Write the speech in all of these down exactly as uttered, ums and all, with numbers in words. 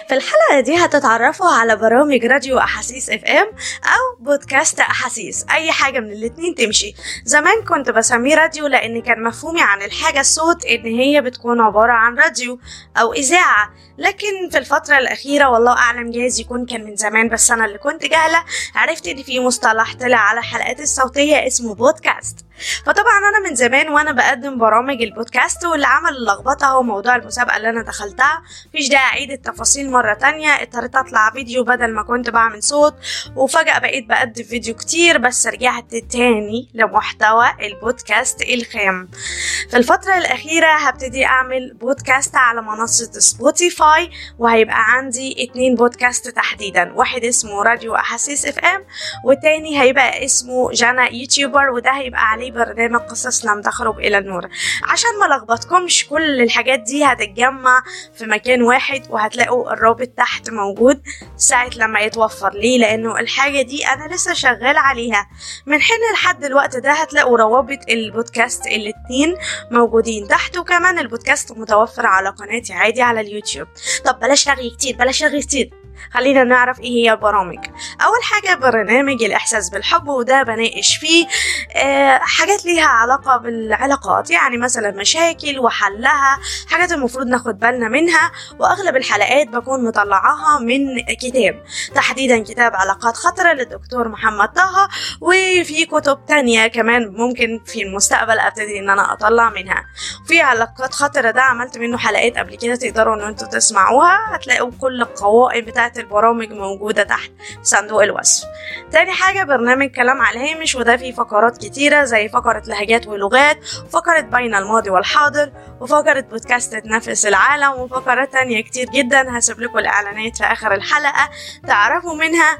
في الحلقة دي هتتعرفوا على برامج راديو أحاسيس اف ام أو بودكاست أحاسيس، أي حاجة من الاتنين تمشي. زمان كنت بسميه راديو لأن كان مفهومي عن الحاجة الصوت إن هي بتكون عبارة عن راديو أو إذاعة، لكن في الفترة الأخيرة والله أعلم جايز يكون كان من زمان بس أنا اللي كنت جاهلة، عرفت إن في مصطلح طلع على الحلقات الصوتية اسمه بودكاست. فطبعا أنا من زمان وأنا بقدم برامج البودكاست، واللي عمل اللخبطة هو موضوع المسابقة اللي أنا دخلتها. مفيش داعي أعيد التفاصيل مرة تانية، اضطريت أطلع فيديو بدل ما كنت بعمل صوت، وفجأة بقيت بقدم فيديو كتير، بس رجعت تاني لمحتوى البودكاست الخام. في الفترة الأخيرة هبتدي أعمل بودكاست على منصة سبوتيفاي، وهيبقى عندي اتنين بودكاست تحديدا، واحد اسمه راديو أحاسيس اف ام، والتاني هيبقى اسمه جانا يوتيوبر، وده هيبقى عليه برنامج قصص لم تخرج إلى النور. عشان ما لخبطكمش كل الحاجات دي هتتجمع في مكان واحد، وهتلاقوا الرابط تحت موجود ساعة لما يتوفر لي، لأنه الحاجة دي أنا لسه شغال عليها من حين لحد الوقت ده. هتلاقوا روابط البودكاست الاتنين موجودين تحت، وكمان البودكاست متوفر على قناتي عادي على اليوتيوب. طب بلاش رغي كتير بلاش رغي كتير خلينا نعرف ايه هي البرامج. اول حاجة برنامج الاحساس بالحب، وده بناقش فيه آه حاجات ليها علاقة بالعلاقات، يعني مثلا مشاكل وحلها، حاجات المفروض ناخد بالنا منها. واغلب الحلقات بكون مطلعاها من كتاب، تحديدا كتاب علاقات خطرة للدكتور محمد طه، وفي كتب تانية كمان ممكن في المستقبل ابتدي ان انا اطلع منها. في علاقات خطرة ده عملت منه حلقات قبل كده، تقدروا ان انتوا تسمعوها، هتلاقوا كل القوائم بتاعت البرامج موجودة تحت صندوق الوصف. تاني حاجة برنامج كلام على الهامش، وده فيه فقرات كتيرة زي فقرة لهجات ولغات، وفقرة بين الماضي والحاضر، وفقرة بودكاست تنافس العالم، وفقرات تانية كتير جدا. هسيب لكم الإعلانات في آخر الحلقة تعرفوا منها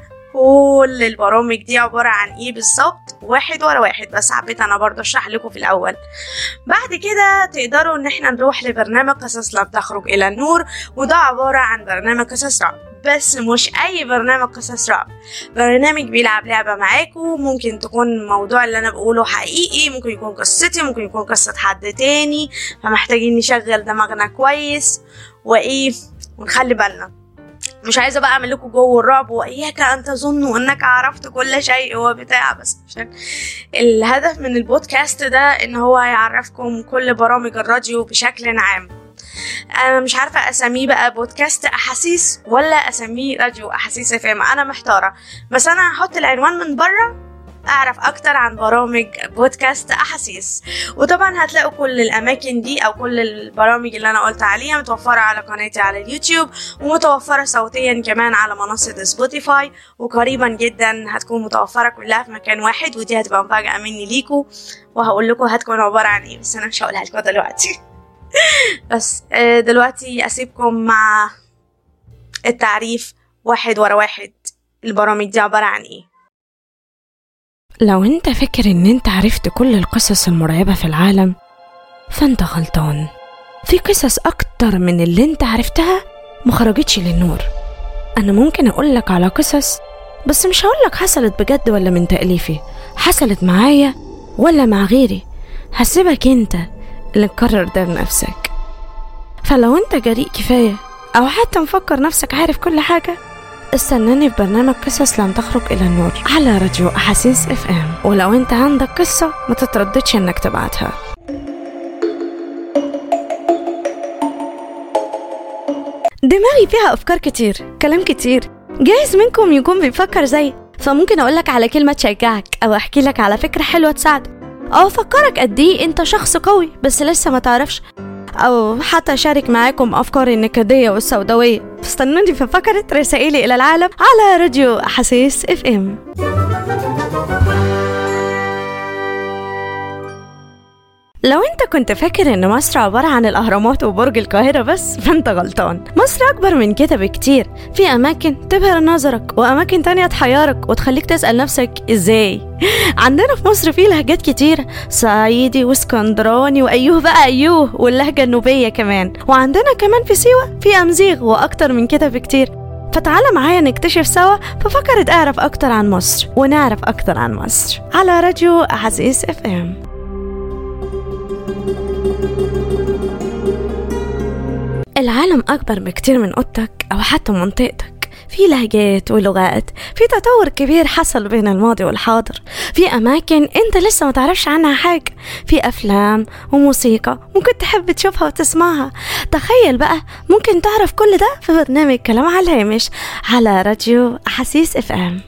كل البرامج دي عبارة عن ايه بالظبط واحد ورا واحد، بس حبيت انا برضه اشرح لكم في الاول. بعد كده تقدروا ان احنا نروح لبرنامج قصص لم تخرج الى النور، وده عبارة عن برنامج قصص رعب، بس مش اي برنامج قصص رعب، برنامج بيلعب لعبة معاكم. ممكن تكون الموضوع اللي انا بقوله حقيقي، ممكن يكون قصتي، ممكن يكون قصة حد تاني، فمحتاجين نشغل دماغنا كويس وايه ونخلي بالنا. مش عايزة بقى اعمل لكم جو الرعب واياك ان تظنوا انك عرفت كل شيء وبتاع، بس عشان الهدف من البودكاست ده ان هو يعرفكم كل برامج الراديو بشكل عام. انا مش عارفة اسميه بقى بودكاست احاسيس ولا اسميه راديو احاسيس اف ام، انا محتارة، بس انا هحط العنوان من بره اعرف اكتر عن برامج بودكاست احاسيس. وطبعا هتلاقوا كل الاماكن دي او كل البرامج اللي انا قلت عليها متوفرة على قناتي على اليوتيوب، ومتوفرة صوتيا كمان على منصة سبوتيفاي، وقريبا جدا هتكون متوفرة كلها في مكان واحد، ودي هتبقى مفاجأة مني ليكو، وهقول لكم هتكون عبارة عن ايه، بس انا مش هقولها لكم دلوقتي. بس دلوقتي اسيبكم مع التعريف واحد ورا واحد البرامج دي عبارة عن ايه. لو انت فاكر ان انت عرفت كل القصص المرعبة في العالم فانت غلطان. في قصص اكتر من اللي انت عرفتها مخرجتش للنور. انا ممكن اقولك على قصص، بس مش هقولك حصلت بجد ولا من تأليفي، حصلت معايا ولا مع غيري، هسيبك انت اللي تقرر ده بنفسك. فلو انت جريء كفاية او حتى مفكر نفسك عارف كل حاجة، استناني في برنامج قصص لم تخرج إلى النور على راديو أحاسيس اف ام. ولو انت عندك قصة ما تترددش انك تبعتها. دماغي فيها أفكار كتير، كلام كتير، جايز منكم يكون بيفكر زي، فممكن أقولك على كلمة تشجعك، أو أحكي لك على فكرة حلوة تساعدك، أو أفكرك قد إيه أنت شخص قوي بس لسه ما تعرفش، أو حتى أشارك معاكم أفكاري النكدية والسوداوية. فاستنوني في فقرة رسائلي إلى العالم على راديو أحاسيس اف ام. لو انت كنت فاكر ان مصر عبارة عن الاهرامات وبرج القاهرة بس، فانت غلطان. مصر اكبر من كده بكتير، في اماكن تبهر نظرك واماكن تانية تحيرك وتخليك تسأل نفسك ازاي. عندنا في مصر فيه لهجات كتير، صعيدي واسكندراني وايوه بقى ايوه، واللهجة النوبية كمان، وعندنا كمان في سيوة في امزيغ، واكتر من كده بكتير. فتعالى معايا نكتشف سوا في فقرة اعرف اكتر عن مصر، ونعرف اكتر عن مصر على راديو أحاسيس اف ام. العالم العالم أكبر بكتير من أوضتك أو حتى منطقتك، في لهجات ولغات، في تطور كبير حصل بين الماضي والحاضر، في أماكن أنت لسه ما تعرفش عنها حاجة، في أفلام وموسيقى ممكن تحب تشوفها وتسمعها. تخيل بقى ممكن تعرف كل ده في برنامج كلام على الهامش على راديو أحاسيس اف ام.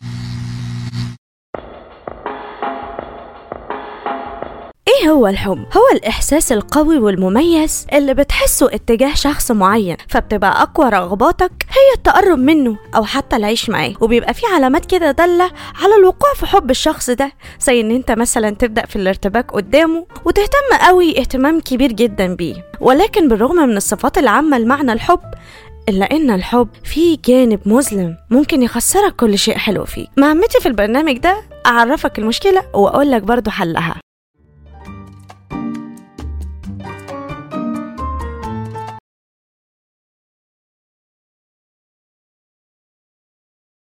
ايه هو الحب؟ هو الإحساس القوي والمميز اللي بتحسه اتجاه شخص معين، فبتبقى أقوى رغباتك هي التقرب منه أو حتى العيش معاه، وبيبقى في علامات كده دالة على الوقوع في حب الشخص ده، زي ان انت مثلا تبدأ في الارتباك قدامه وتهتم قوي اهتمام كبير جدا بيه. ولكن بالرغم من الصفات العامة لمعنى الحب، إلا إن الحب فيه جانب مظلم ممكن يخسرك كل شيء حلو فيه. مهمتي في البرنامج ده أعرفك المشكلة وأقول لك برضو حلها.